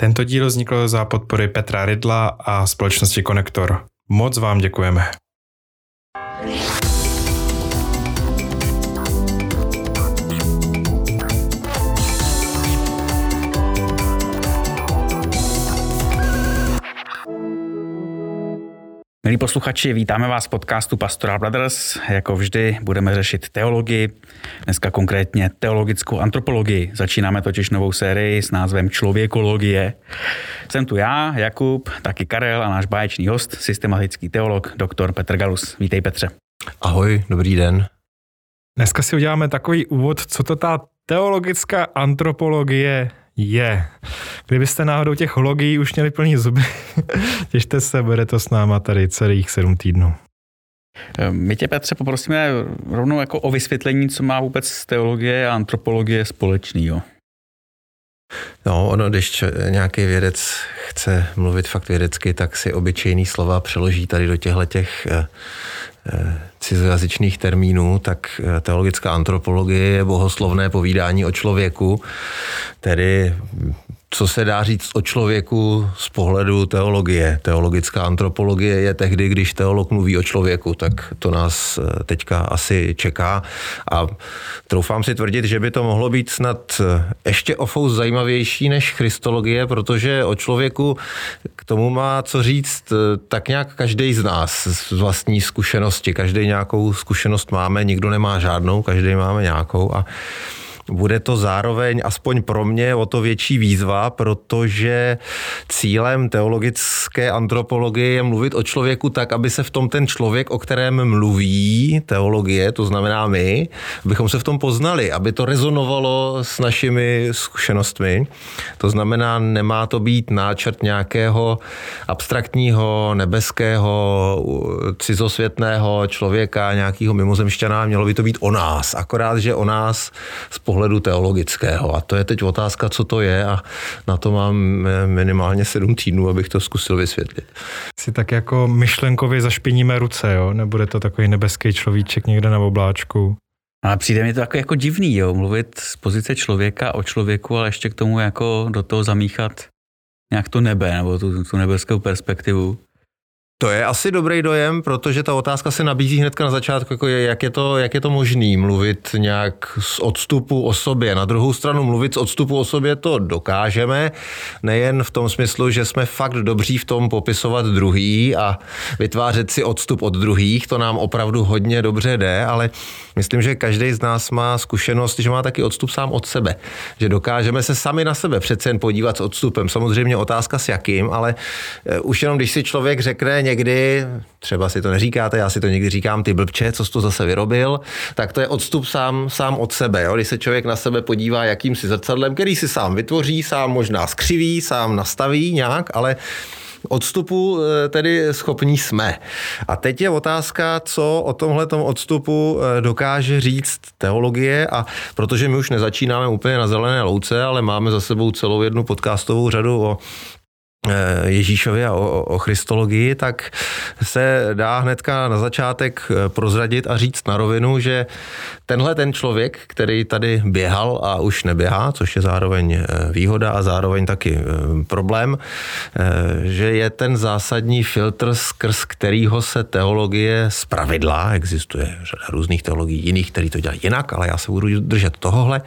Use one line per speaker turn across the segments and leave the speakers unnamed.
Tento díl vznikl za podpory Petra Rydla a společnosti Konektor. Moc vám děkujeme.
Milí posluchači, vítáme vás v podcastu Pastoral Brothers. Jako vždy budeme řešit teologii, dneska konkrétně teologickou antropologii. Začínáme totiž novou sérii s názvem Člověkologie. Jsem tu já, Jakub, taky Karel a náš báječný host, systematický teolog, doktor Petr Galus. Vítej, Petře.
Ahoj, dobrý den.
Dneska si uděláme takový úvod, co to ta teologická antropologie je. Kdybyste náhodou těch logií už měli plný zuby, těšte se, bude to s náma tady celých 7 týdnů.
My tě, Petře, poprosíme rovnou jako o vysvětlení, co má vůbec teologie a antropologie společného.
No, když nějaký vědec chce mluvit fakt vědecky, tak si obyčejný slova přeloží tady do těch cizojazyčných termínů, tak teologická antropologie je bohoslovné povídání o člověku, tedy co se dá říct o člověku z pohledu teologie. Teologická antropologie je tehdy, když teolog mluví o člověku, tak to nás teďka asi čeká. A troufám si tvrdit, že by to mohlo být snad ještě o fous zajímavější než christologie, protože o člověku k tomu má co říct tak nějak každý z nás z vlastní zkušenosti. Každý nějakou zkušenost máme, nikdo nemá žádnou, každý máme nějakou a bude to zároveň, aspoň pro mě, o to větší výzva, protože cílem teologické antropologie je mluvit o člověku tak, aby se v tom ten člověk, o kterém mluví teologie, to znamená my, abychom se v tom poznali, aby to rezonovalo s našimi zkušenostmi. To znamená, nemá to být náčrt nějakého abstraktního, nebeského, cizosvětného člověka, nějakého mimozemšťana, mělo by to být o nás, akorát, že o nás z pohledu teologického. A to je teď otázka, co to je a na to mám minimálně 7 týdnů, abych to zkusil vysvětlit.
Si tak jako myšlenkově zašpiníme ruce, jo? Nebude to takový nebeský človíček někde na obláčku.
Ale přijde mi to jako divný, jo? Mluvit z pozice člověka o člověku, ale ještě k tomu jako do toho zamíchat nějak to nebe, nebo tu nebeskou perspektivu.
To je asi dobrý dojem, protože ta otázka se nabízí hnedka na začátku, jako jak je to možný mluvit nějak z odstupu o sobě. Na druhou stranu mluvit z odstupu o sobě to dokážeme, nejen v tom smyslu, že jsme fakt dobří v tom popisovat druhý a vytvářet si odstup od druhých, to nám opravdu hodně dobře jde, ale myslím, že každý z nás má zkušenost, že má taky odstup sám od sebe, že dokážeme se sami na sebe přece jen podívat s odstupem. Samozřejmě otázka s jakým, ale už jenom když si člověk řekne někdy, třeba si to neříkáte, já si to někdy říkám, ty blbče, co jsi to zase vyrobil, tak to je odstup sám od sebe. Jo? Když se člověk na sebe podívá jakýmsi zrcadlem, který si sám vytvoří, sám možná skřiví, sám nastaví nějak, ale odstupu tedy schopní jsme. A teď je otázka, co o tomhletom odstupu dokáže říct teologie, a protože my už nezačínáme úplně na zelené louce, ale máme za sebou celou jednu podcastovou řadu o Ježíšovi a o christologii, tak se dá hnedka na začátek prozradit a říct na rovinu, že tenhle ten člověk, který tady běhal a už neběhá, což je zároveň výhoda a zároveň taky problém, že je ten zásadní filtr, skrz kterýho se teologie zpravidla, existuje řada různých teologií jiných, který to dělají jinak, ale já se budu držet tohohle.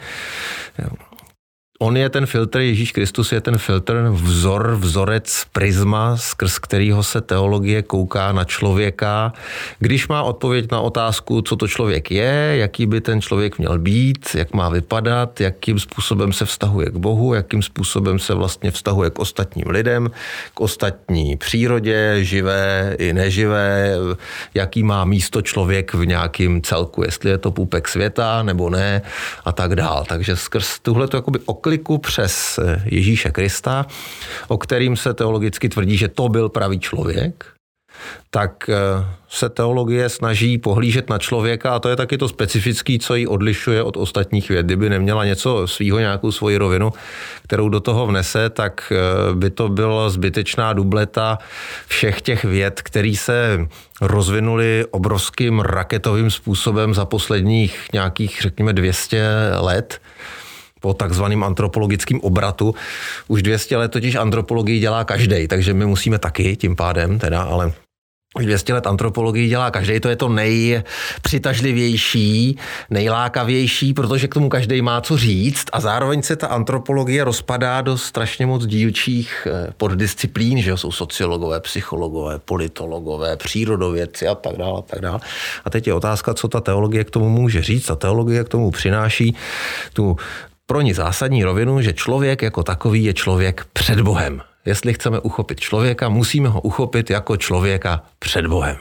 On je ten filtr, Ježíš Kristus je ten filtr, vzorec, prisma, skrz kterého se teologie kouká na člověka. Když má odpověď na otázku, co to člověk je, jaký by ten člověk měl být, jak má vypadat, jakým způsobem se vztahuje k Bohu, jakým způsobem se vlastně vztahuje k ostatním lidem, k ostatní přírodě, živé i neživé, jaký má místo člověk v nějakém celku, jestli je to půpek světa nebo ne a tak dál. Takže skrz tuhleto jakoby okliku přes Ježíše Krista, o kterým se teologicky tvrdí, že to byl pravý člověk, tak se teologie snaží pohlížet na člověka a to je taky to specifické, co ji odlišuje od ostatních věd. Kdyby neměla něco svýho, nějakou svoji rovinu, kterou do toho vnese, tak by to byla zbytečná dubleta všech těch věd, které se rozvinuly obrovským raketovým způsobem za posledních nějakých, řekněme, 200 let. po takzvaným antropologickým obratu. Už 200 let totiž antropologii dělá každej, takže my musíme taky tím pádem teda, ale 200 let antropologii dělá každej, to je to nejpřitažlivější, nejlákavější, protože k tomu každej má co říct a zároveň se ta antropologie rozpadá do strašně moc dílčích poddisciplín, že jsou sociologové, psychologové, politologové, přírodovědci a tak dále, a tak dále. A teď je otázka, co ta teologie k tomu může říct. Ta teologie k tomu přináší tu pro ní zásadní rovinu, že člověk jako takový je člověk před Bohem. Jestli chceme uchopit člověka, musíme ho uchopit jako člověka před Bohem.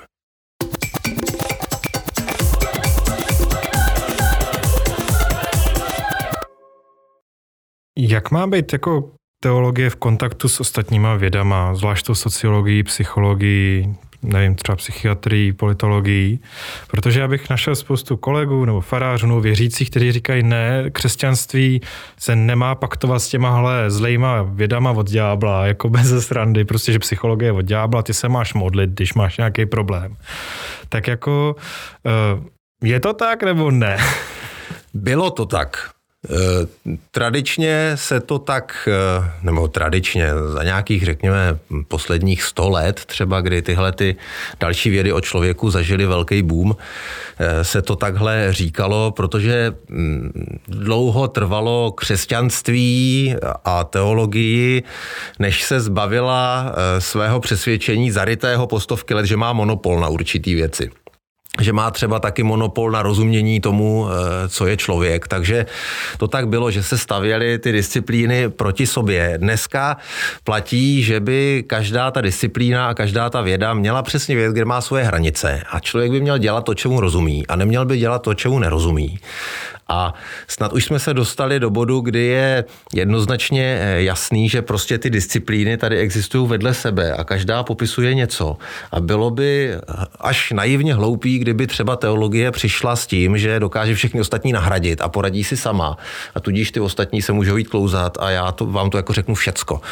Jak má být jako teologie v kontaktu s ostatníma vědama, zvlášť tou sociologií, psychologií, nevím, třeba psychiatrií, politologií, protože já bych našel spoustu kolegů nebo farářů nebo věřících, kteří říkají, ne, křesťanství se nemá paktovat s těmahle zlejma vědama od ďábla, jako bez srandy, prostě, že psychologie je od ďábla, ty se máš modlit, když máš nějaký problém. Tak jako, je to tak nebo ne?
Bylo to tak. Tradičně se to tak, nebo tradičně za nějakých, řekněme, posledních 100 let, třeba kdy tyhle ty další vědy o člověku zažili velký boom, se to takhle říkalo, protože dlouho trvalo křesťanství a teologii, než se zbavila svého přesvědčení zarytého po stovky let, že má monopol na určitý věci. Že má třeba taky monopol na rozumění tomu, co je člověk. Takže to tak bylo, že se stavěly ty disciplíny proti sobě. Dneska platí, že by každá ta disciplína a každá ta věda měla přesně vědět, kde má svoje hranice. A člověk by měl dělat to, čemu rozumí. A neměl by dělat to, čemu nerozumí. A snad už jsme se dostali do bodu, kdy je jednoznačně jasný, že prostě ty disciplíny tady existují vedle sebe a každá popisuje něco. A bylo by až naivně hloupý, kdyby třeba teologie přišla s tím, že dokáže všechny ostatní nahradit a poradí si sama. A tudíž ty ostatní se můžou jít klouzat a já vám to jako řeknu všecko.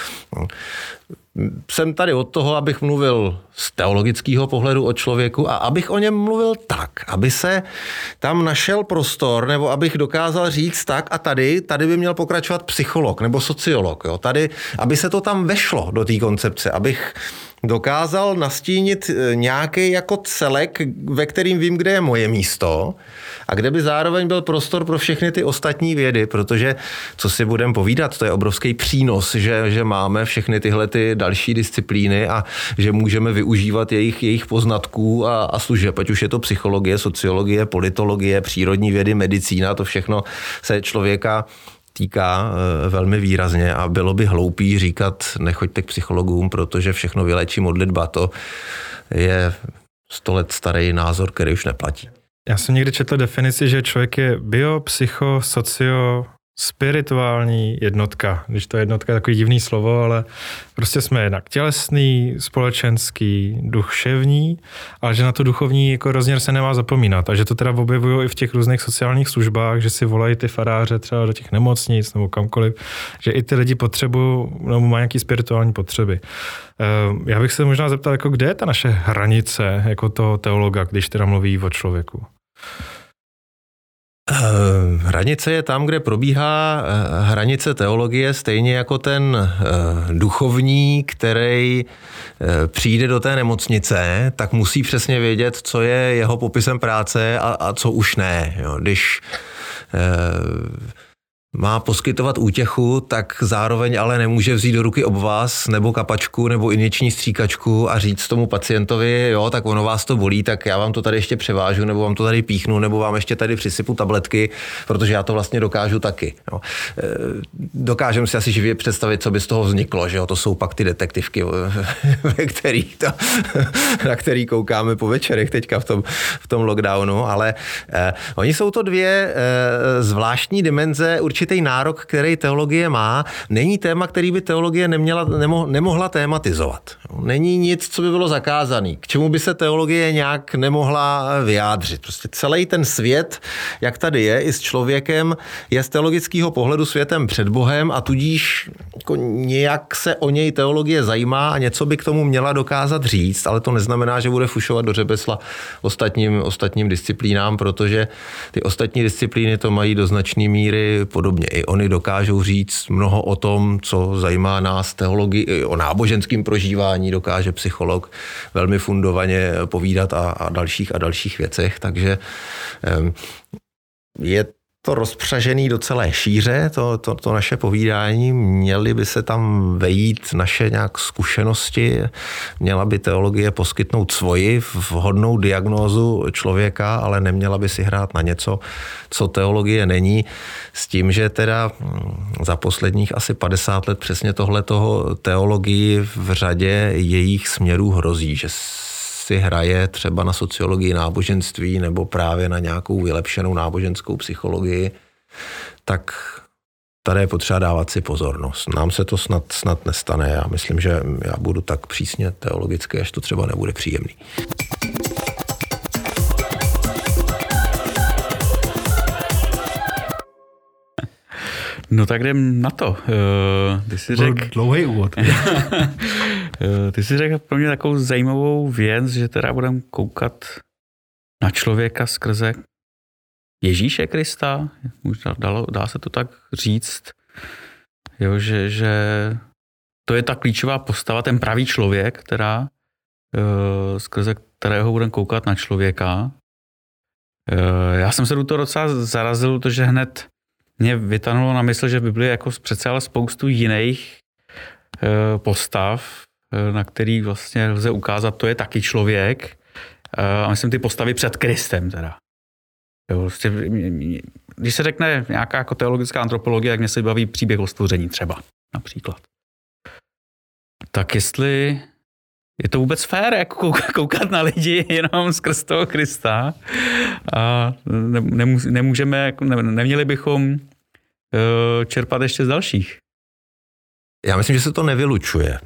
Jsem tady od toho, abych mluvil z teologického pohledu o člověku a abych o něm mluvil tak, aby se tam našel prostor, nebo abych dokázal říct tak a tady by měl pokračovat psycholog nebo sociolog. Jo? Tady, aby se to tam vešlo do té koncepce, abych dokázal nastínit nějaký jako celek, ve kterým vím, kde je moje místo a kde by zároveň byl prostor pro všechny ty ostatní vědy, protože co si budeme povídat, to je obrovský přínos, že máme všechny tyhle ty další disciplíny a že můžeme využívat jejich poznatků a služeb, ať už je to psychologie, sociologie, politologie, přírodní vědy, medicína, to všechno se člověka týká velmi výrazně a bylo by hloupý říkat nechoďte k psychologům, protože všechno vylečí modlitba. To je 100 let starý názor, který už neplatí.
Já jsem někdy četl definici, že člověk je bio, psycho, socio, spirituální jednotka. Když to je jednotka, je takový divný slovo, ale prostě jsme jednak tělesný, společenský, duševní, ale že na to duchovní jako rozměr se nemá zapomínat. A že to teda objevují i v těch různých sociálních službách, že si volají ty faráře třeba do těch nemocnic nebo kamkoliv, že i ty lidi potřebují, nebo mají nějaký spirituální potřeby. Já bych se možná zeptal, jako kde je ta naše hranice jako toho teologa, když teda mluví o člověku?
Hranice je tam, kde probíhá hranice teologie, stejně jako ten duchovní, který přijde do té nemocnice, tak musí přesně vědět, co je jeho popisem práce a co už ne. Jo. Když má poskytovat útěchu, tak zároveň ale nemůže vzít do ruky obvaz nebo kapačku nebo injekční stříkačku a říct tomu pacientovi, jo, tak ono vás to bolí, tak já vám to tady ještě převážu, nebo vám to tady píchnu, nebo vám ještě tady přisypu tabletky, protože já to vlastně dokážu taky. Jo. Dokážeme si asi živě představit, co by z toho vzniklo, že jo, to jsou pak ty detektivky, na který koukáme po večerech teďka v tom lockdownu, ale oni jsou to dvě zvláštní dimenze, určitý nárok, který teologie má, není téma, který by teologie nemohla tématizovat. Není nic, co by bylo zakázané, k čemu by se teologie nějak nemohla vyjádřit. Prostě celý ten svět, jak tady je, i s člověkem, je z teologického pohledu světem před Bohem a tudíž jako nějak se o něj teologie zajímá a něco by k tomu měla dokázat říct, ale to neznamená, že bude fušovat do řebesla ostatním disciplínám, protože ty ostatní disciplíny to mají do značné míry podobné podobně. I oni dokážou říct mnoho o tom, co zajímá nás teologii, o náboženském prožívání dokáže psycholog velmi fundovaně povídat a dalších věcech, takže je to rozpřažený do celé šíře, to naše povídání, měly by se tam vejít naše nějak zkušenosti, měla by teologie poskytnout svoji vhodnou diagnózu člověka, ale neměla by si hrát na něco, co teologie není, s tím, že teda za posledních asi 50 let přesně tohletoho teologii v řadě jejich směrů hrozí, že si hraje třeba na sociologii náboženství nebo právě na nějakou vylepšenou náboženskou psychologii, tak tady je potřeba dávat si pozornost. Nám se to snad nestane. Já myslím, že já budu tak přísně teologický, až to třeba nebude příjemný.
No tak jdem na to. Ty jsi řekl...
Dlouhý úvod.
Ty jsi řekl pro mě takovou zajímavou věc, že teda budeme koukat na člověka skrze Ježíše Krista. Dá se to tak říct, jo, že to je ta klíčová postava, ten pravý člověk, skrze kterého budeme koukat na člověka. Já jsem se do toho docela zarazil, protože hned mě vytanulo na mysl, že v Biblii jako přece ale spoustu jiných postav, na který vlastně lze ukázat, to je taky člověk. A myslím ty postavy před Kristem teda. Jo, vlastně, když se řekne nějaká jako teologická antropologie, tak mě se baví příběh o stvoření třeba, například. Tak jestli je to vůbec fér, jako koukat na lidi jenom skrz toho Krista a nemůžeme, jako neměli bychom čerpat ještě z dalších.
Já myslím, že se to nevylučuje.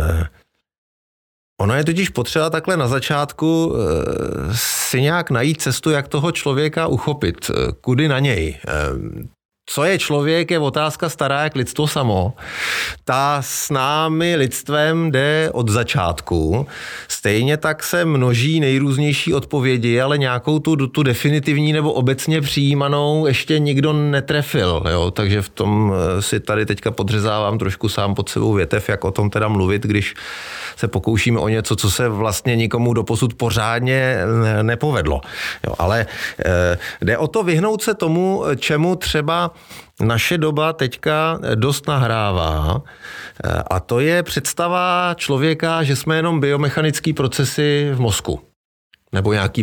Ono je totiž potřeba takhle na začátku si nějak najít cestu, jak toho člověka uchopit, kudy na něj. Co je člověk, je otázka stará jak lidstvo samo. Ta s námi lidstvem jde od začátku. Stejně tak se množí nejrůznější odpovědi, ale nějakou tu definitivní nebo obecně přijímanou ještě nikdo netrefil. Jo? Takže v tom si tady teďka podřezávám trošku sám pod sebou větev, jak o tom teda mluvit, když se pokoušíme o něco, co se vlastně nikomu doposud pořádně nepovedlo. Jo? Ale jde o to vyhnout se tomu, čemu třeba naše doba teďka dost nahrává, a to je představa člověka, že jsme jenom biomechanický procesy v mozku. Nebo nějaký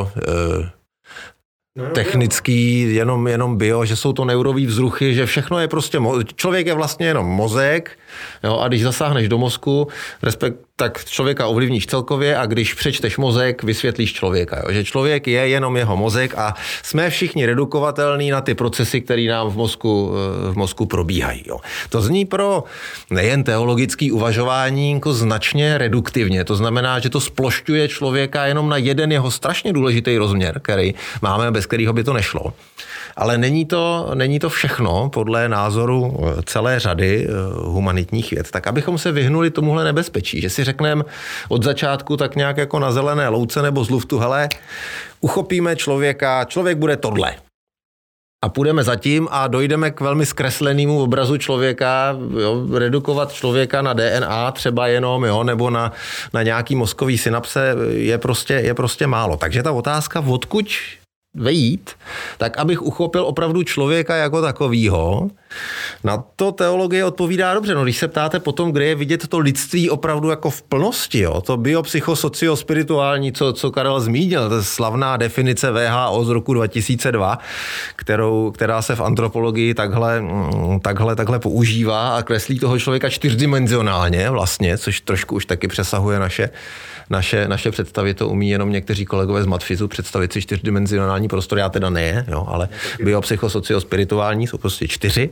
technický, jenom bio, že jsou to neurový vzruchy, že všechno je prostě, člověk je vlastně jenom mozek, jo, a když zasáhneš do mozku, tak člověka ovlivníš celkově a když přečteš mozek, vysvětlíš člověka. Jo, že člověk je jenom jeho mozek a jsme všichni redukovatelní na ty procesy, které nám v mozku probíhají. Jo. To zní pro nejen teologický uvažování jako značně reduktivně. To znamená, že to splošťuje člověka jenom na jeden jeho strašně důležitý rozměr, který máme, bez kterého by to nešlo. Ale není to všechno podle názoru celé řady humanitních věd. Tak abychom se vyhnuli tomuhle nebezpečí, že si řekneme od začátku tak nějak jako na zelené louce nebo z luftu, hele, uchopíme člověka, člověk bude tohle. A půjdeme zatím a dojdeme k velmi zkreslenému obrazu člověka, jo, redukovat člověka na DNA třeba jenom, jo, nebo na nějaký mozkový synapse je prostě málo. Takže ta otázka, odkud vejít, tak abych uchopil opravdu člověka jako takovýho. Na to teologie odpovídá dobře. No, když se ptáte potom, kde je vidět to lidství opravdu jako v plnosti, jo, to biopsychosociospirituální, co Karel zmínil, to je slavná definice WHO z roku 2002, která se v antropologii takhle používá a kreslí toho člověka čtyřdimenzionálně vlastně, což trošku už taky přesahuje naše představy, to umí jenom někteří kolegové z matfizu představit si čtyřdimenzionální prostor, já teda ne, jo, ale biopsychosociospirituální jsou prostě 4.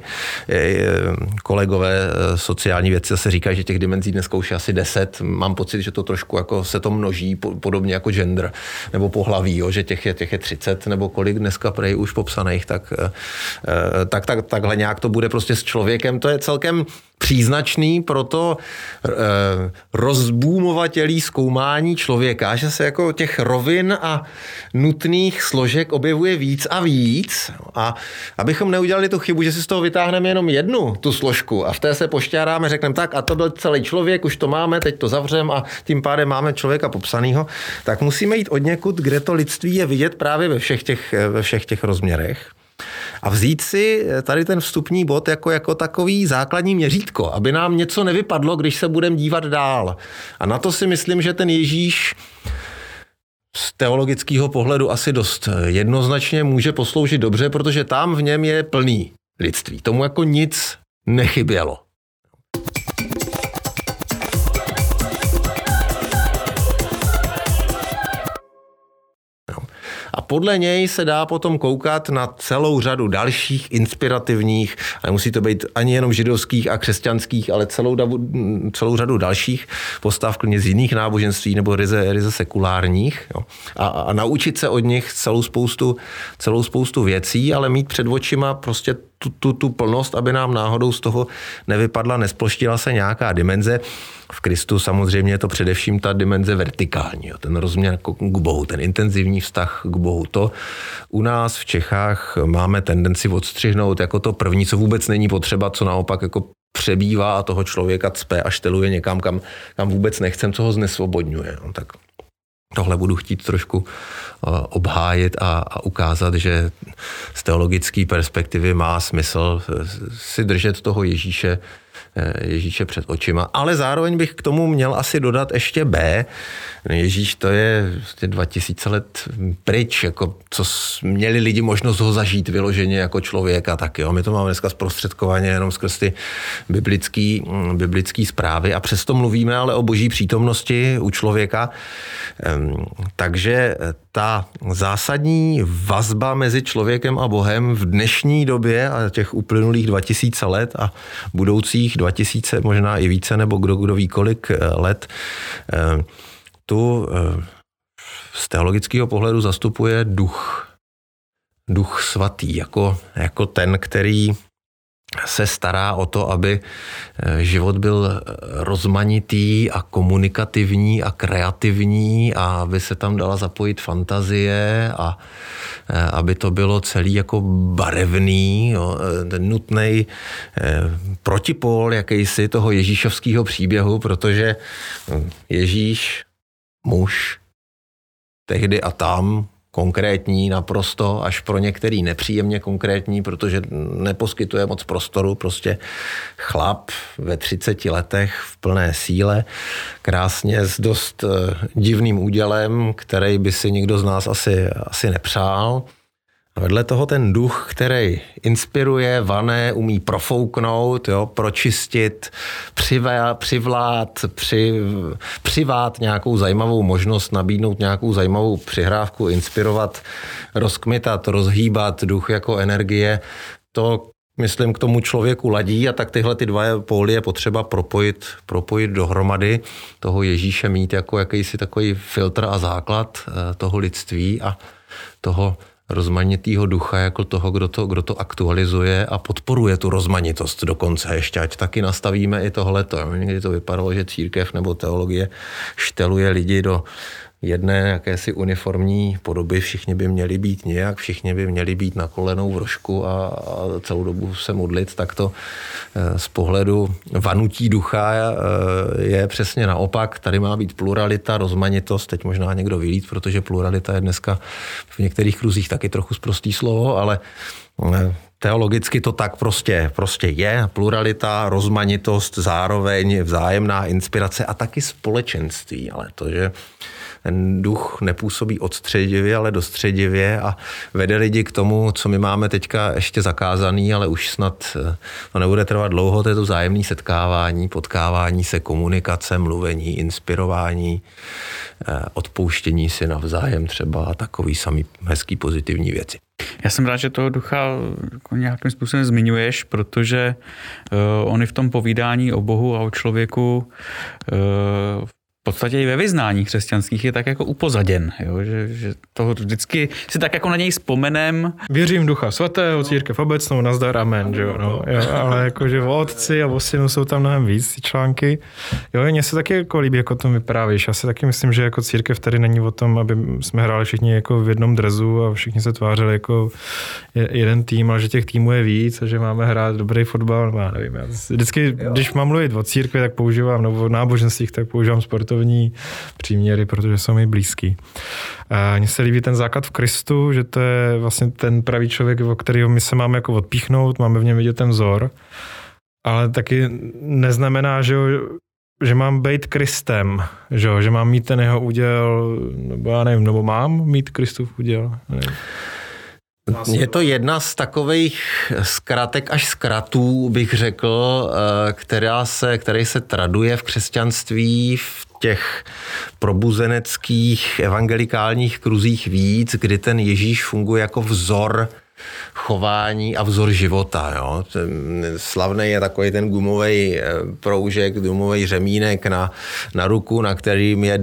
kolegové sociální věci zase říkají, že těch dimenzí dneska už je asi 10. Mám pocit, že to trošku jako se to množí, podobně jako gender nebo pohlaví, jo, že těch je 30 nebo kolik dneska prej už popsaných, takhle nějak to bude prostě s člověkem. To je celkem příznačný pro to rozbůmovatelí zkoumání člověka, že se jako těch rovin a nutných složek objevuje víc a víc. A abychom neudělali tu chybu, že si z toho vytáhneme jenom jednu tu složku a v té se pošťáráme, řekneme tak a to byl celý člověk, už to máme, teď to zavřem a tím pádem máme člověka popsanýho, tak musíme jít odněkud, kde to lidství je vidět právě ve všech těch rozměrech. A vzít si tady ten vstupní bod jako takový základní měřítko, aby nám něco nevypadlo, když se budeme dívat dál. A na to si myslím, že ten Ježíš z teologického pohledu asi dost jednoznačně může posloužit dobře, protože tam v něm je plný lidství. Tomu jako nic nechybělo. A podle něj se dá potom koukat na celou řadu dalších inspirativních, a nemusí to být ani jenom židovských a křesťanských, ale celou řadu dalších postav klidně z jiných náboženství nebo ryze sekulárních. Jo. A naučit se od nich celou spoustu věcí, ale mít před očima prostě tu plnost, aby nám náhodou z toho nevypadla, nesploštila se nějaká dimenze. V Kristu samozřejmě je to především ta dimenze vertikální, jo, ten rozměr k Bohu, ten intenzivní vztah k Bohu. To u nás v Čechách máme tendenci odstřihnout jako to první, co vůbec není potřeba, co naopak jako přebývá a toho člověka cpe a šteluje někam, kam vůbec nechcem, co ho znesvobodňuje. No, tak tohle budu chtít trošku obhájit a ukázat, že z teologické perspektivy má smysl si držet toho Ježíše před očima. Ale zároveň bych k tomu měl asi dodat ještě B. Ježíš to je 2000 let pryč, jako co měli lidi možnost ho zažít vyloženě jako člověka, tak jo. My to máme dneska zprostředkovaně jenom skrz ty biblický zprávy a přesto mluvíme ale o boží přítomnosti u člověka. Takže ta zásadní vazba mezi člověkem a Bohem v dnešní době a těch uplynulých 2000 let a budoucích 2000, možná i více, nebo kdo ví kolik let, tu z teologického pohledu zastupuje duch svatý, jako ten, který se stará o to, aby život byl rozmanitý a komunikativní a kreativní a aby se tam dala zapojit fantazie a aby to bylo celý jako barevný, jo, ten nutnej protipól jakýsi toho ježíšovského příběhu, protože Ježíš, muž, tehdy a tam, konkrétní naprosto, až pro některý nepříjemně konkrétní, protože neposkytuje moc prostoru, prostě chlap ve 30 letech v plné síle, krásně s dost divným údělem, který by si nikdo z nás asi nepřál. A vedle toho ten duch, který inspiruje, vane, umí profouknout, jo, pročistit, přivát nějakou zajímavou možnost, nabídnout nějakou zajímavou přihrávku, inspirovat, rozkmitat, rozhýbat, duch jako energie. To, myslím, k tomu člověku ladí a tak tyhle ty dva póly je potřeba propojit dohromady, toho Ježíše mít jako jakýsi takový filtr a základ toho lidství a toho rozmanitýho ducha jako toho, kdo to aktualizuje a podporuje tu rozmanitost dokonce ještě, ať taky nastavíme i tohleto. Někdy to vypadalo, že církev nebo teologie šteluje lidi do jedné jakési uniformní podoby, všichni by měli být nějak, všichni by měli být na kolenou v rožku a celou dobu se modlit, tak to z pohledu vanutí ducha je přesně naopak. Tady má být pluralita, rozmanitost, teď možná někdo vylít, protože pluralita je dneska v některých kruzích taky trochu sprostý slovo, ale teologicky to tak prostě je. Pluralita, rozmanitost, zároveň vzájemná inspirace a taky společenství, ale to, že Ten duch nepůsobí odstředivě, ale dostředivě a vede lidi k tomu, co my máme teďka ještě zakázaný, ale už snad to nebude trvat dlouho, to je to vzájemné setkávání, potkávání se, komunikace, mluvení, inspirování, odpouštění si navzájem třeba a takový samý hezký pozitivní věci.
Já jsem rád, že toho ducha jako nějakým způsobem zmiňuješ, protože on i v tom povídání o Bohu a o člověku v podstatě i ve vyznání křesťanských je tak jako upozaděn, jo? Že toho vždycky si tak jako na něj vzpomenem.
Věřím Ducha Svatého, církev obecnou, nazdar, amen, že jo, no. Jo, ale jakože o otci a o synu jsou tam mnohem víc ty články. Jo, mně se taky jako líbí, jako o tom vyprávíš. Já si taky myslím, že jako církev tady není o tom, aby jsme hráli všichni jako v jednom drezu a všichni se tvářili jako jeden tým, ale že těch týmů je víc a že máme hrát dobrý fotbal, no, já nevím. Já vždycky, když mám mluvit o církvi, tak používám, nebo o náboženstvích, tak používám sportovní příměry, protože jsou mi blízký. Mně se líbí ten základ v Kristu, že to je vlastně ten pravý člověk, o kterého my se máme jako odpíchnout, máme v něm vidět ten vzor, ale taky neznamená, že mám být Kristem, že mám mít ten jeho úděl, nebo já nevím, nebo mám mít Kristův úděl.
Je to jedna z takových zkratek až zkratů, bych řekl, který se traduje v křesťanství v těch probuzeneckých evangelikálních kruzích víc, kdy ten Ježíš funguje jako vzor chování a vzor života. Jo. Slavný je takový ten gumový proužek, gumový řemínek na ruku, na kterým je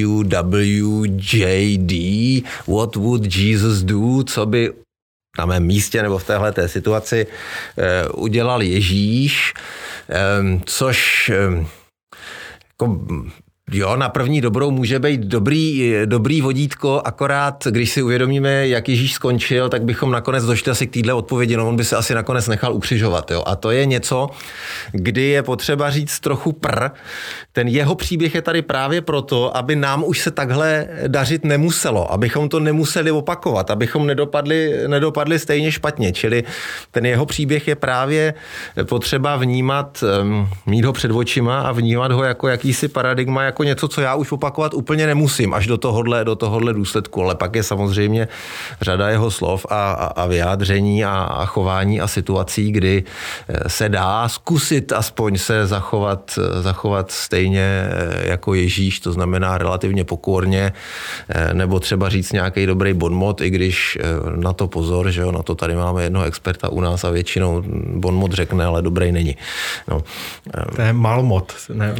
WWJD, what would Jesus do, co by na mém místě nebo v téhleté situaci udělal Ježíš, což jako, jo, na první dobrou může být dobrý vodítko, akorát když si uvědomíme, jak Ježíš skončil, tak bychom nakonec došli asi k téhle odpovědi, no on by se asi nakonec nechal ukřižovat. Jo. A to je něco, kdy je potřeba říct trochu ten jeho příběh je tady právě proto, aby nám už se takhle dařit nemuselo, abychom to nemuseli opakovat, abychom nedopadli stejně špatně. Čili ten jeho příběh je právě potřeba vnímat, mít ho před očima a vnímat ho jako jakýsi paradigma, jako něco, co já už opakovat úplně nemusím, až do tohohle důsledku. Ale pak je samozřejmě řada jeho slov a vyjádření a chování a situací, kdy se dá zkusit aspoň se zachovat stejně jako Ježíš, to znamená relativně pokorně, nebo třeba říct nějaký dobrý bonmot, i když na to pozor, že jo, na to tady máme jednoho experta u nás a většinou bonmot řekne, ale dobrý není. No.
To je malmot. Ne.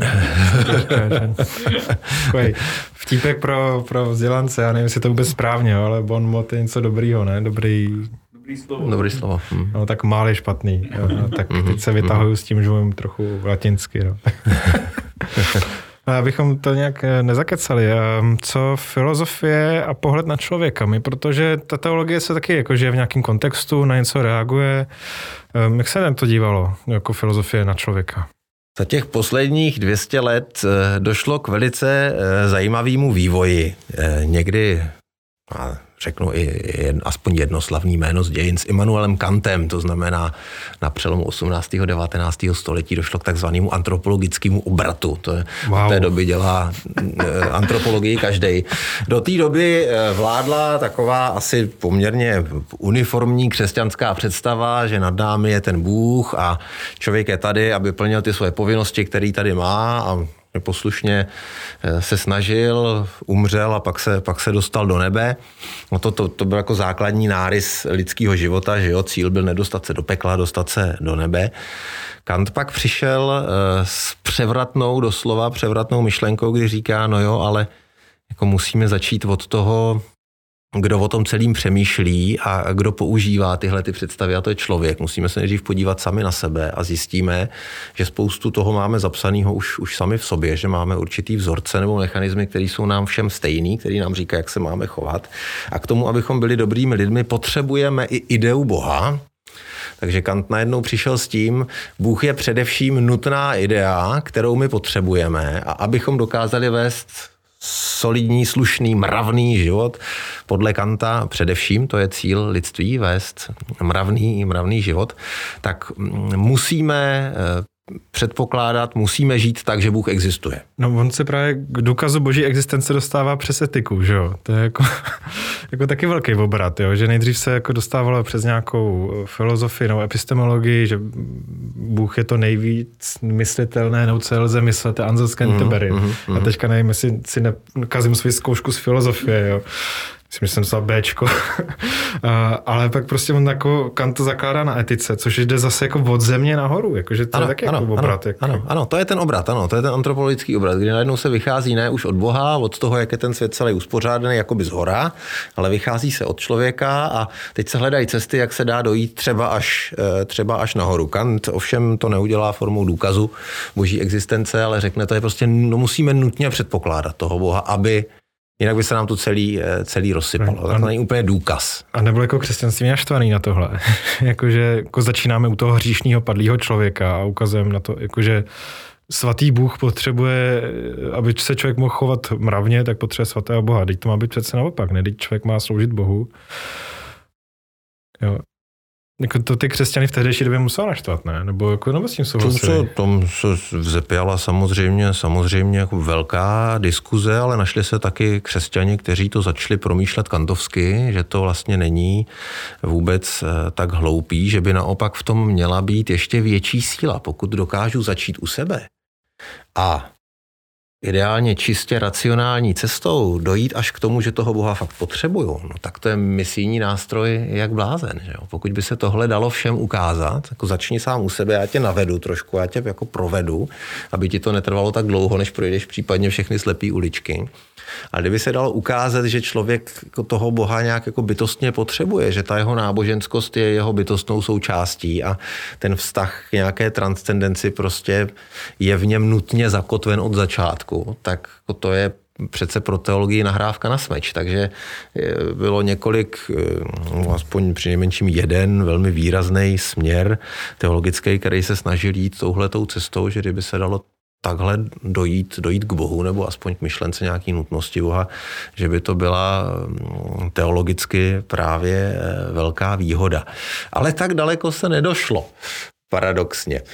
Vtípek pro vzdělance, já nevím, jestli to vůbec správně, ale bonmot je něco dobrýho, ne? Dobrý slovo. No tak mál je špatný. Jo, no, tak teď se vytahuju s tím, že mluvím trochu latinsky. No. Abychom to nějak nezakecali. Co filozofie a pohled na člověka? Protože ta teologie se taky jako žije v nějakém kontextu, na něco reaguje. Jak se na to dívalo, jako filozofie na člověka?
Za těch posledních 200 let došlo k velice zajímavému vývoji. Někdy, řeknu i aspoň jedno slavný jméno z dějin, s Immanuelem Kantem, to znamená na přelomu 18. a 19. století došlo k takzvanému antropologickému obratu. Od té doby dělá antropologii každej. Do té doby vládla taková asi poměrně uniformní křesťanská představa, že nad námi je ten Bůh a člověk je tady, aby plnil ty svoje povinnosti, které tady má a poslušně se snažil, umřel a pak se dostal do nebe. No to byl jako základní nárys lidského života, že jo, cíl byl nedostat se do pekla, dostat se do nebe. Kant pak přišel s doslova převratnou myšlenkou, kdy říká, no jo, ale jako musíme začít od toho, kdo o tom celým přemýšlí a kdo používá tyhle ty představy, a to je člověk. Musíme se nejdřív podívat sami na sebe a zjistíme, že spoustu toho máme zapsaného už sami v sobě, že máme určitý vzorce nebo mechanismy, které jsou nám všem stejný, který nám říká, jak se máme chovat. A k tomu, abychom byli dobrými lidmi, potřebujeme i ideu Boha. Takže Kant najednou přišel s tím, Bůh je především nutná idea, kterou my potřebujeme, a abychom dokázali vést solidní, slušný, mravný život. Podle Kanta především, to je cíl lidství, vést mravný život, tak musíme předpokládat, musíme žít tak, že Bůh existuje.
No on se právě k důkazu boží existence dostává přes etiku, že jo? To je jako taky velký obrat, jo? Že nejdřív se jako dostávalo přes nějakou filozofii nebo epistemologii, že Bůh je to nejvíc myslitelné, nebo co lze myslet, je Ansel z Canterbury. A teďka nevím, jestli si nekazím svou zkoušku z filozofie, jo? Myslím, že jsem psal Bčko. Ale pak prostě on jako Kant to zakládá na etice, což jde zase jako od země nahoru, jakože to je taky jako obrat.
Ano, to je ten obrat, to je ten antropologický obrat, kdy najednou se vychází ne už od Boha, od toho, jak je ten svět celý uspořádaný, jakoby zhora, ale vychází se od člověka a teď se hledají cesty, jak se dá dojít třeba až nahoru. Kant ovšem to neudělá formou důkazu boží existence, ale řekne, to je prostě, musíme nutně předpokládat toho Boha, aby jinak by se nám to celý rozsypalo. To není úplně důkaz.
A nebylo jako křesťanství naštvaný na tohle. Jakože jako začínáme u toho hříšného padlého člověka a ukazujeme na to, jakože svatý Bůh potřebuje, aby se člověk mohl chovat mravně, tak potřebuje svatého Boha. Teď to má být přece naopak, ne? Teď člověk má sloužit Bohu. Jo. Jako to ty křesťany v tehdejší době musel naštvat, ne? Nebo jako s tím souhlasili?
Tom se vzepěla samozřejmě jako velká diskuze, ale našli se taky křesťani, kteří to začali promýšlet kantovsky, že to vlastně není vůbec tak hloupý, že by naopak v tom měla být ještě větší síla, pokud dokážu začít u sebe. A ideálně čistě racionální cestou dojít až k tomu, že toho Boha fakt potřebuju, no tak to je misijní nástroj jak blázen. Že jo? Pokud by se tohle dalo všem ukázat, jako začni sám u sebe, já tě navedu trošku, já tě jako provedu, aby ti to netrvalo tak dlouho, než projdeš případně všechny slepý uličky. A kdyby se dalo ukázat, že člověk toho Boha nějak jako bytostně potřebuje, že ta jeho náboženskost je jeho bytostnou součástí a ten vztah k nějaké transcendenci prostě je v něm nutně zakotven od začátku, tak to je přece pro teologii nahrávka na smeč. Takže bylo několik, aspoň přinejmenším jeden velmi výrazný směr teologický, který se snažil jít touhletou cestou, že kdyby se dalo takhle dojít k Bohu, nebo aspoň k myšlence nějaký nutnosti Boha, že by to byla teologicky právě velká výhoda. Ale tak daleko se nedošlo, paradoxně.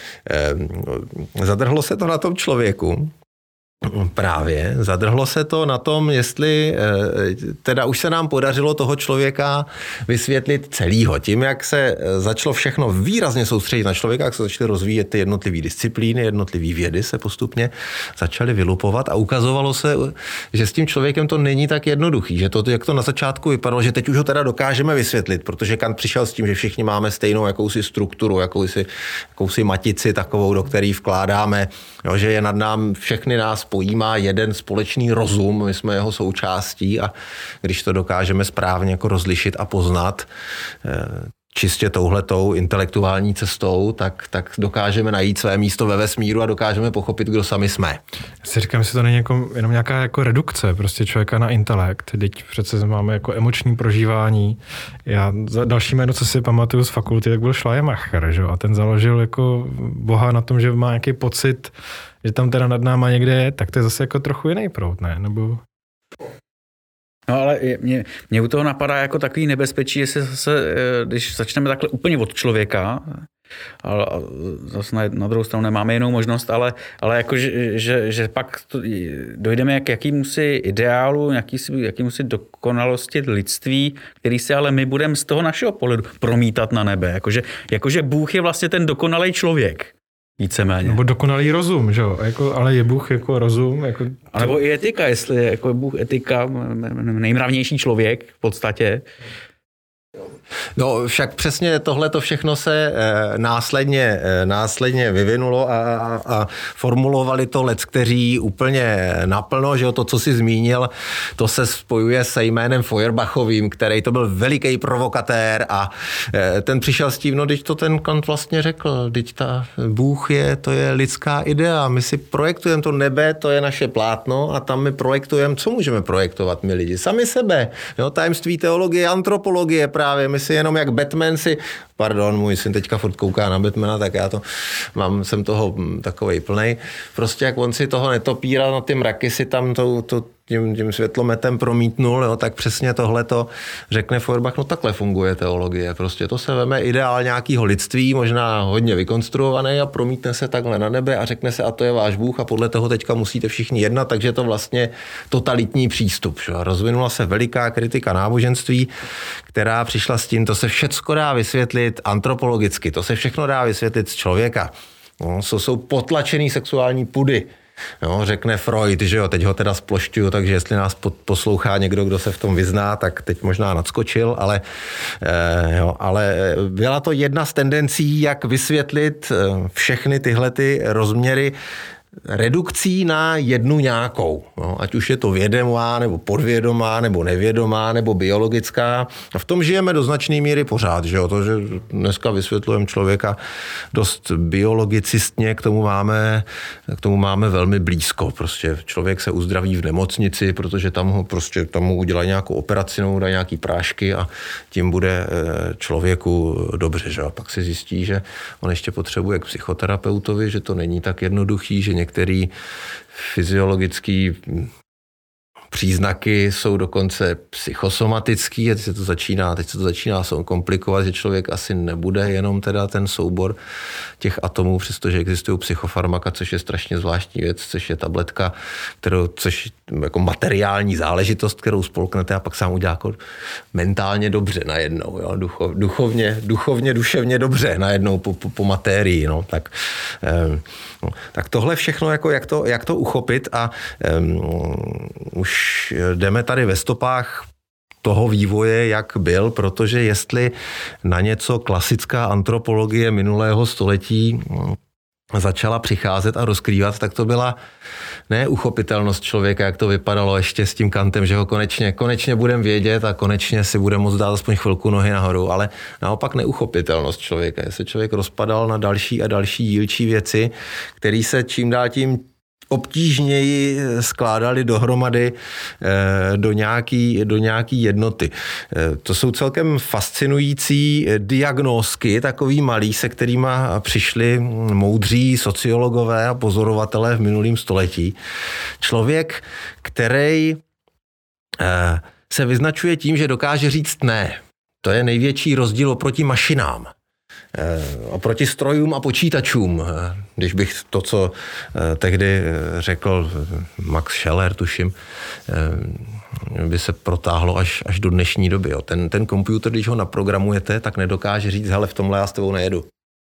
Zadrhlo se to na tom člověku, právě. Zadrhlo se to na tom, jestli teda už se nám podařilo toho člověka vysvětlit celýho. Tím, jak se začalo všechno výrazně soustředit na člověka, jak se začaly rozvíjet ty jednotlivé disciplíny, jednotlivé vědy se postupně začaly vylupovat a ukazovalo se, že s tím člověkem to není tak jednoduchý, že to, jak to na začátku vypadalo, že teď už ho teda dokážeme vysvětlit, protože Kant přišel s tím, že všichni máme stejnou jakousi strukturu, jakousi matici takovou, do které vkládáme, jo, že je nad nám, všechny nás pojímá jeden společný rozum, my jsme jeho součástí a když to dokážeme správně jako rozlišit a poznat čistě touhletou intelektuální cestou, tak dokážeme najít své místo ve vesmíru a dokážeme pochopit, kdo sami jsme.
Já si říkám, že to není jenom nějaká jako redukce prostě člověka na intelekt. Teď přece máme jako emoční prožívání. Já další jméno, co si pamatuju z fakulty, tak byl Schleiermacher, že? A ten založil jako Boha na tom, že má nějaký pocit, že tam teda nad náma někde je, tak to je zase jako trochu jiný proud, ne? Nebo...
No ale mě u toho napadá jako takový nebezpečí, jestli zase, když začneme takhle úplně od člověka, a zase na druhou stranu nemáme jinou možnost, ale jako, že pak dojdeme k jakýmusi ideálu, jakýmusi dokonalosti lidství, který si ale my budeme z toho našeho pohledu promítat na nebe. Jakože Bůh je vlastně ten dokonalý člověk. Víceméně.
Nebo dokonalý rozum, že jo? Ale je Bůh jako rozum? Jako...
A nebo i etika, jestli je jako Bůh etika, nejmravnější člověk v podstatě.
No však přesně tohleto všechno se následně vyvinulo a formulovali to leckteří úplně naplno, že to, co jsi zmínil, to se spojuje se jménem Feuerbachovým, který to byl veliký provokatér a ten přišel s tím, no teď to ten Kant vlastně řekl, teď Bůh to je lidská idea, my si projektujeme to nebe, to je naše plátno a tam my projektujeme, co můžeme projektovat my lidi? Sami sebe, jo, tajemství teologie, antropologie právě, my si jenom jak Batman můj syn teďka furt kouká na Batmana, tak já jsem toho takovej plnej. Prostě jak on si toho netopíral na ty mraky, si tam tím světlometem promítnul, jo, tak přesně tohleto řekne Feuerbach, no takhle funguje teologie. Prostě to se veme ideál nějakého lidství, možná hodně vykonstruovaný a promítne se takhle na nebe a řekne se, a to je váš Bůh a podle toho teďka musíte všichni jednat, takže to vlastně totalitní přístup. Že? Rozvinula se veliká kritika náboženství, která přišla s tím, to se všecko dá vysvětlit antropologicky, to se všechno dá vysvětlit z člověka. No, jsou potlačený sexuální pudy. No, řekne Freud, že jo, teď ho teda splošťuju, takže jestli nás poslouchá někdo, kdo se v tom vyzná, tak teď možná nadskočil, ale byla to jedna z tendencí, jak vysvětlit všechny tyhle ty rozměry redukcí na jednu nějakou. No, ať už je to vědomá, nebo podvědomá, nebo nevědomá, nebo biologická. A v tom žijeme do značné míry pořád. Že jo? To, že dneska vysvětlujeme člověka dost biologicistně, k tomu máme velmi blízko. Prostě člověk se uzdraví v nemocnici, protože tam mu udělají nějakou operaci, dají nějaký prášky a tím bude člověku dobře. Že? A pak se zjistí, že on ještě potřebuje k psychoterapeutovi, že to není tak jednoduchý, že některý fyziologický příznaky jsou dokonce psychosomatický a teď se to začíná komplikovat, že člověk asi nebude jenom teda ten soubor těch atomů, přestože existují psychofarmaka, což je strašně zvláštní věc, což je tabletka, což jako materiální záležitost, kterou spolknete a pak se vám udělá jako mentálně dobře najednou, jo? Duševně dobře najednou po matérii. No? Tak tohle všechno, jako jak to uchopit a už jdeme tady ve stopách toho vývoje, jak byl, protože jestli na něco klasická antropologie minulého století začala přicházet a rozkrývat, tak to byla ne uchopitelnost člověka, jak to vypadalo ještě s tím Kantem, že ho konečně budeme vědět a konečně si bude moct dát aspoň chvilku nohy nahoru, ale naopak neuchopitelnost člověka. Se člověk rozpadal na další a další dílčí věci, které se čím dál tím obtížněji skládali dohromady do nějaký jednoty. To jsou celkem fascinující diagnózky, takový malý, se kterýma přišli moudří sociologové a pozorovatelé v minulém století. Člověk, který se vyznačuje tím, že dokáže říct ne. To je největší rozdíl oproti mašinám. Oproti strojům a počítačům, když bych to, co tehdy řekl Max Scheler, tuším, by se protáhlo až do dnešní doby. Jo. Ten počítač, když ho naprogramujete, tak nedokáže říct, hele, v tomhle já s tebou nejedu.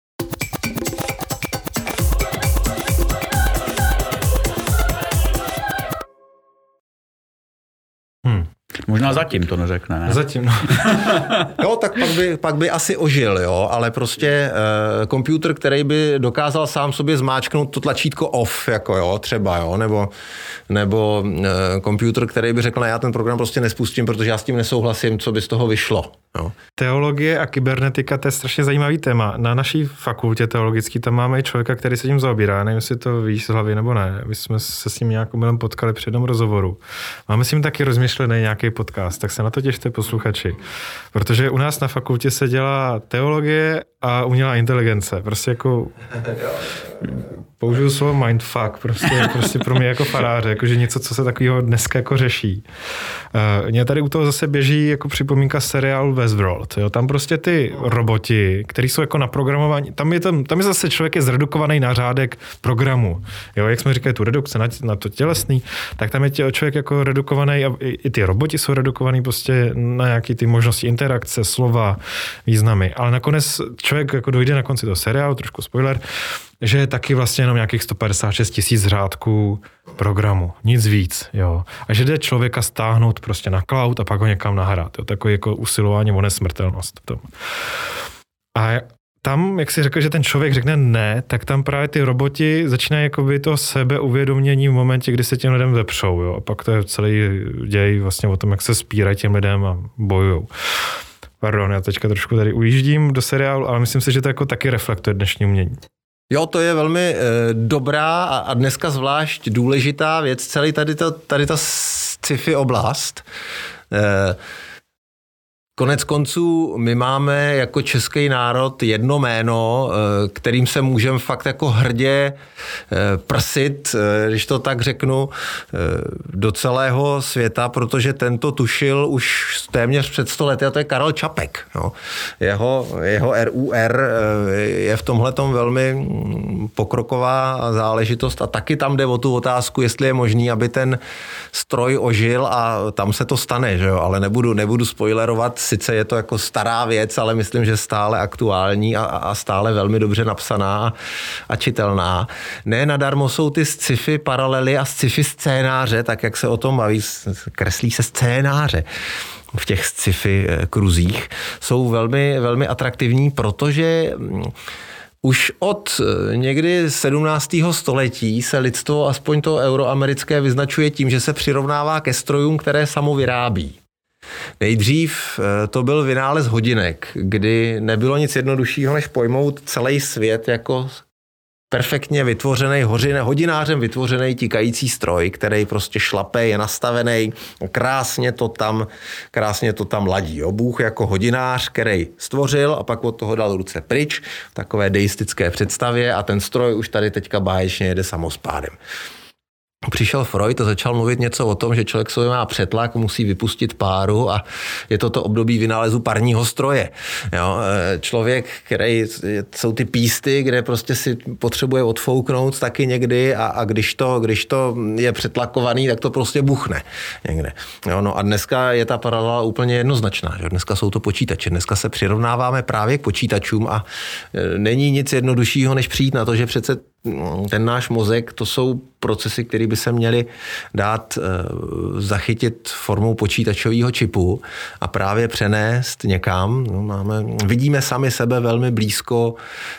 Možná zatím to neřekne, ne?
Zatím, no.
Jo, tak pak by asi ožil, jo, ale prostě počítač, který by dokázal sám sobě zmáčknout to tlačítko off, jako jo, třeba, jo, nebo počítač, který by řekl, ne, já ten program prostě nespustím, protože já s tím nesouhlasím, co by z toho vyšlo. Jo.
Teologie a kybernetika, to je strašně zajímavý téma. Na naší fakultě teologický tam máme i člověka, který se tím zaobírá. Nevím, jestli to víš z hlavy nebo ne. My jsme se s ním nějak potkali při jednom rozhovoru. Máme s ním taky rozmyšlený nějaký podcast, tak se na to těšte, posluchači. Protože u nás na fakultě se dělá teologie a umělá inteligence. Prostě jako použiju slovo mindfuck, prostě pro mě jako faráře, jakože něco, co se takového dneska jako řeší. Mně tady u toho zase běží jako připomínka seriálu Westworld. Jo? Tam prostě ty roboti, který jsou jako naprogramovaní, tam je zase člověk je zredukovaný na řádek programu. Jo? Jak jsme říkali, tu redukce na to tělesný, tak tam je člověk jako redukovaný a i ty roboti jsou redukovaný prostě na nějaký ty možnosti interakce, slova, významy. Ale nakonec člověk jako dojde na konci toho seriálu, trošku spoiler, že je taky vlastně jenom nějakých 156 000 řádků programu. Nic víc, jo. A že jde člověka stáhnout prostě na cloud a pak ho někam nahrát. Jo. Takový jako usilování o nesmrtelnost v tom. A tam, jak si řekl, že ten člověk řekne ne, tak tam právě ty roboti začínají jakoby to sebeuvědomění v momentě, kdy se těm lidem vepřou. Jo. A pak to je celý děj vlastně o tom, jak se spírají těm lidem a bojujou. Pardon, já teďka trošku tady ujíždím do seriálu, ale myslím si, že to jako taky reflektuje dnešní umění.
Jo, to je velmi dobrá a dneska zvlášť důležitá věc, celý tady ta sci-fi oblast. Konec konců my máme jako český národ jedno jméno, kterým se můžeme fakt jako hrdě prsit, když to tak řeknu, do celého světa, protože tento tušil už téměř před 100 lety a to je Karel Čapek. No. Jeho RUR je v tomhletom velmi pokroková záležitost a taky tam jde o tu otázku, jestli je možný, aby ten stroj ožil a tam se to stane, že jo? Ale nebudu spoilerovat, sice je to jako stará věc, ale myslím, že stále aktuální a stále velmi dobře napsaná a čitelná. Ne nadarmo jsou ty sci-fi paralely a sci-fi scénáře, tak jak se o tom baví, kreslí se scénáře v těch sci-fi kruzích, jsou velmi, velmi atraktivní, protože už od někdy 17. století se lidstvo, aspoň to euroamerické, vyznačuje tím, že se přirovnává ke strojům, které samo vyrábí. Nejdřív to byl vynález hodinek, kdy nebylo nic jednoduššího, než pojmout celý svět jako perfektně vytvořený, hodinářem vytvořený tikající stroj, který prostě šlape, je nastavený, krásně to tam ladí. Jo. Bůh jako hodinář, který stvořil a pak od toho dal ruce pryč v takové deistické představě a ten stroj už tady teďka báječně jede samospádem. Přišel Freud a začal mluvit něco o tom, že člověk sobě má přetlak, musí vypustit páru a je to období vynálezu parního stroje. Jo? Člověk, který jsou ty písty, kde prostě si potřebuje odfouknout taky někdy a když to je přetlakovaný, tak to prostě buchne někde. Jo? No a dneska je ta paralela úplně jednoznačná. Že? Dneska jsou to počítače. Dneska se přirovnáváme právě k počítačům a není nic jednoduššího, než přijít na to, že přece ten náš mozek, to jsou procesy, které by se měly dát zachytit formou počítačového čipu a právě přenést někam. Vidíme sami sebe velmi blízko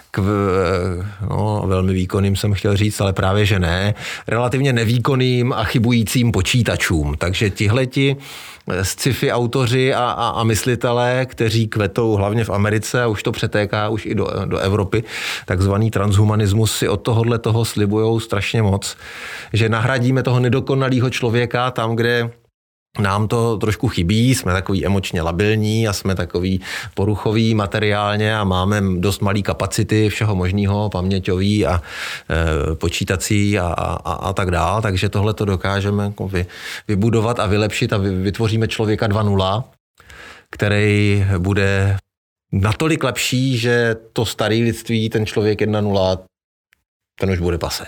velmi výkonným jsem chtěl říct, ale právě že ne, relativně nevýkonným a chybujícím počítačům. Takže tihleti sci-fi autoři a myslitelé, kteří kvetou hlavně v Americe a už to přetéká už i do Evropy, takzvaný transhumanismus, si od tohohle toho slibujou strašně moc, že nahradíme toho nedokonalého člověka tam, kde nám to trošku chybí, jsme takový emočně labilní a jsme takový poruchový materiálně a máme dost malý kapacity všeho možného, paměťový a počítací a tak dál, takže tohle to dokážeme jako vybudovat a vylepšit a vytvoříme člověka 2.0, který bude natolik lepší, že to staré lidství, ten člověk 1.0, ten už bude pasé.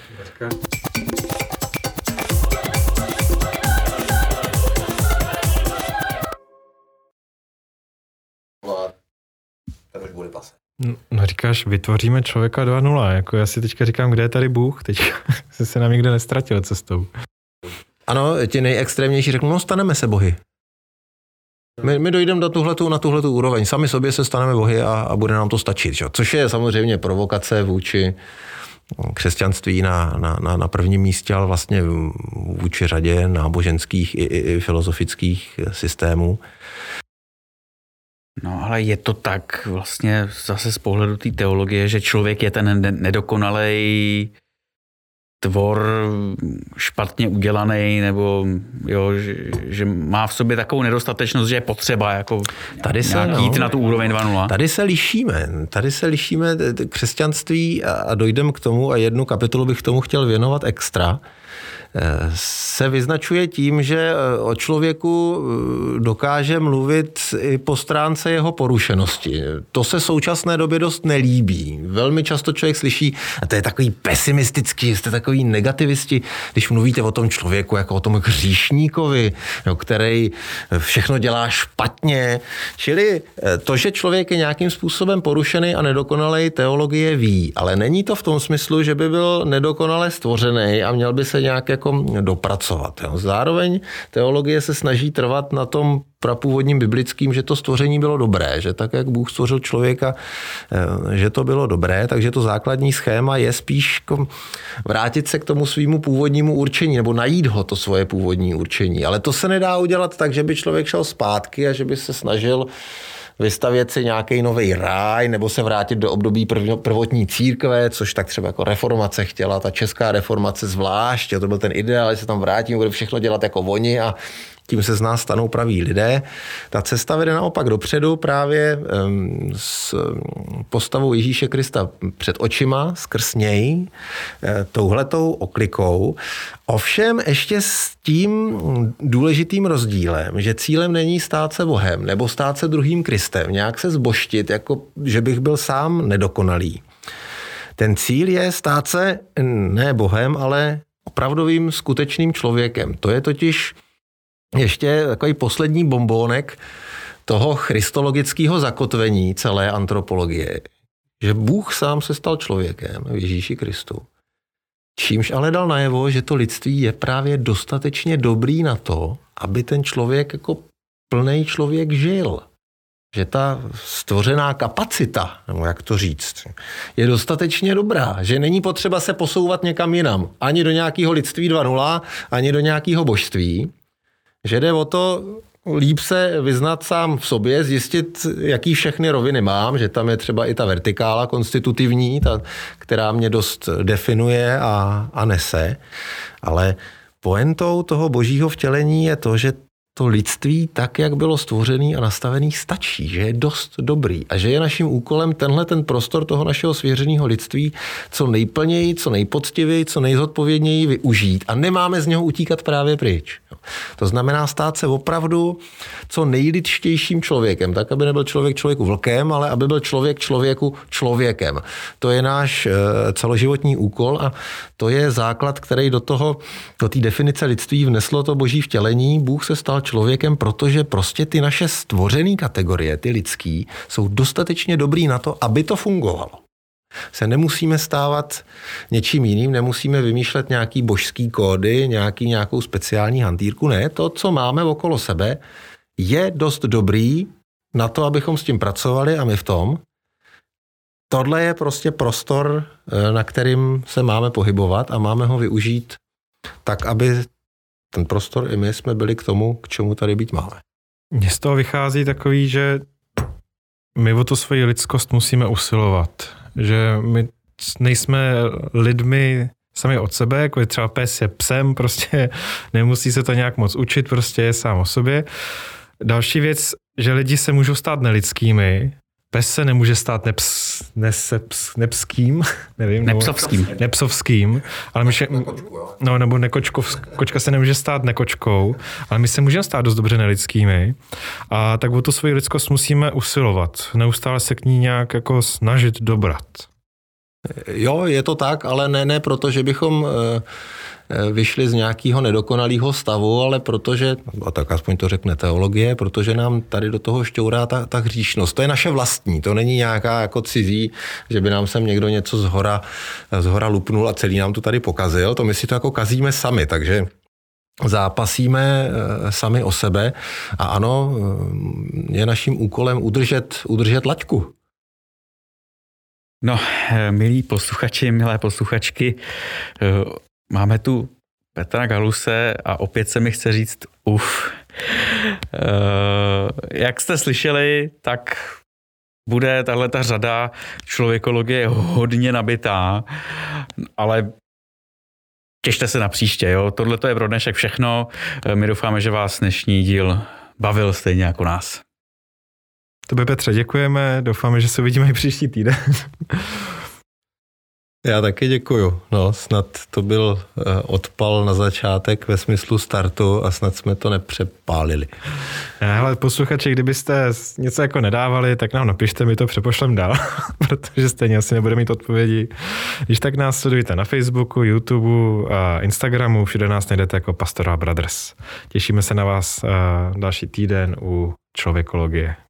Ten už bude pasé.
No říkáš, vytvoříme člověka 2.0, jako já si teďka říkám, kde je tady Bůh, teď se nám nikde nestratil cestou.
Ano, ti nejextrémnější řeknou, no staneme se bohy. My dojdeme na tuhletu úroveň, sami sobě se staneme bohy a bude nám to stačit. Že? Což je samozřejmě provokace vůči křesťanství na prvním místě, ale vlastně vůči řadě náboženských i filozofických systémů.
No ale je to tak vlastně zase z pohledu té teologie, že člověk je ten nedokonalej tvor, špatně udělaný, nebo jo, že má v sobě takovou nedostatečnost, že je potřeba jako jít na tu úroveň 2.0.
Tady se lišíme křesťanství a dojdeme k tomu a jednu kapitolu bych tomu chtěl věnovat extra. Se vyznačuje tím, že o člověku dokáže mluvit i po stránce jeho porušenosti. To se v současné době dost nelíbí. Velmi často člověk slyší, a to je takový pesimistický, jste takový negativisti, když mluvíte o tom člověku jako o tom hříšníkovi, který všechno dělá špatně. Čili to, že člověk je nějakým způsobem porušený a nedokonalej, teologie ví, ale není to v tom smyslu, že by byl nedokonale stvořený a měl by se nějak jako dopracovat. Zároveň teologie se snaží trvat na tom prapůvodním biblickým, že to stvoření bylo dobré, že tak, jak Bůh stvořil člověka, že to bylo dobré, takže to základní schéma je spíš vrátit se k tomu svýmu původnímu určení, nebo najít ho to svoje původní určení. Ale to se nedá udělat tak, že by člověk šel zpátky a že by se snažil vystavět si nějaký nový ráj nebo se vrátit do období prvotní církve, což tak třeba jako reformace chtěla, ta česká reformace zvlášť, to byl ten ideál, že se tam vrátíme, bude všechno dělat jako oni a tím se z nás stanou praví lidé. Ta cesta vede naopak dopředu právě s postavou Ježíše Krista před očima, skrz něj, touhletou oklikou. Ovšem ještě s tím důležitým rozdílem, že cílem není stát se Bohem nebo stát se druhým Kristem, nějak se zbožtit, jako že bych byl sám nedokonalý. Ten cíl je stát se ne Bohem, ale opravdovým skutečným člověkem. To je totiž ještě takový poslední bombónek toho christologického zakotvení celé antropologie, že Bůh sám se stal člověkem v Ježíši Kristu. Čímž ale dal najevo, že to lidství je právě dostatečně dobrý na to, aby ten člověk jako plnej člověk žil. Že ta stvořená kapacita, nebo jak to říct, je dostatečně dobrá, že není potřeba se posouvat někam jinam, ani do nějakého lidství 2.0, ani do nějakého božství, že jde o to líp se vyznat sám v sobě, zjistit, jaký všechny roviny mám, že tam je třeba i ta vertikála konstitutivní, ta, která mě dost definuje a nese, ale pointou toho božího vtělení je to, že to lidství tak, jak bylo stvořený a nastavený, stačí, že je dost dobrý a že je naším úkolem ten prostor toho našeho svěřeného lidství co nejplněji, co nejpoctivěji, co nejzodpovědněji využít a nemáme z něho utíkat právě pryč. To znamená stát se opravdu co nejlidštějším člověkem, tak, aby nebyl člověk člověku vlkem, ale aby byl člověk člověku člověkem. To je náš celoživotní úkol a to je základ, který do té definice lidství vneslo to boží vtělení. Bůh se stal člověkem, protože prostě ty naše stvořené kategorie, ty lidský, jsou dostatečně dobrý na to, aby to fungovalo. Se nemusíme stávat něčím jiným, nemusíme vymýšlet nějaký božský kódy, nějakou speciální hantýrku. Ne, to, co máme okolo sebe, je dost dobrý na to, abychom s tím pracovali a my v tom. Tohle je prostě prostor, na kterým se máme pohybovat a máme ho využít tak, aby ten prostor i my jsme byli k tomu, k čemu tady být máme.
Mně z toho vychází takový, že my o to svoji lidskost musíme usilovat. Že my nejsme lidmi sami od sebe, jako je třeba pes je psem, prostě nemusí se to nějak moc učit, prostě je sám o sobě. Další věc, že lidi se můžou stát nelidskými, pes se nemůže stát nepským, nevím. Nepsovským, ale my nebo kočka se nemůže stát nekočkou, ale my se můžeme stát dost dobře nelidskými a tak o tu svoji lidskost musíme usilovat, neustále se k ní nějak jako snažit dobrat.
Jo, je to tak, ale ne proto, že bychom vyšli z nějakého nedokonalého stavu, ale protože, a tak aspoň to řekne teologie, protože nám tady do toho šťourá ta hříšnost. To je naše vlastní, to není nějaká jako cizí, že by nám sem někdo něco zhora lupnul a celý nám to tady pokazil, to my si to jako kazíme sami, takže zápasíme sami o sebe a ano, je naším úkolem udržet laťku.
No, milí posluchači, milé posluchačky, máme tu Petra Galuse a opět se mi chce říct jak jste slyšeli, tak bude tahleta řada člověkologie hodně nabitá, ale těšte se na příště, jo. Tohle to je pro dnešek všechno. My doufáme, že vás dnešní díl bavil stejně jako nás.
Tobě, Petře, děkujeme. Doufáme, že se uvidíme i příští týden.
Já taky děkuju. No, snad to byl odpal na začátek ve smyslu startu a snad jsme to nepřepálili.
Ale posluchači, kdybyste něco jako nedávali, tak nám napište, my to přepošlem dál, protože stejně asi nebudeme mít odpovědi. Když tak nás sledujte na Facebooku, YouTube a Instagramu, všude nás najdete jako Pastoral Brothers. Těšíme se na vás další týden u Člověkologie.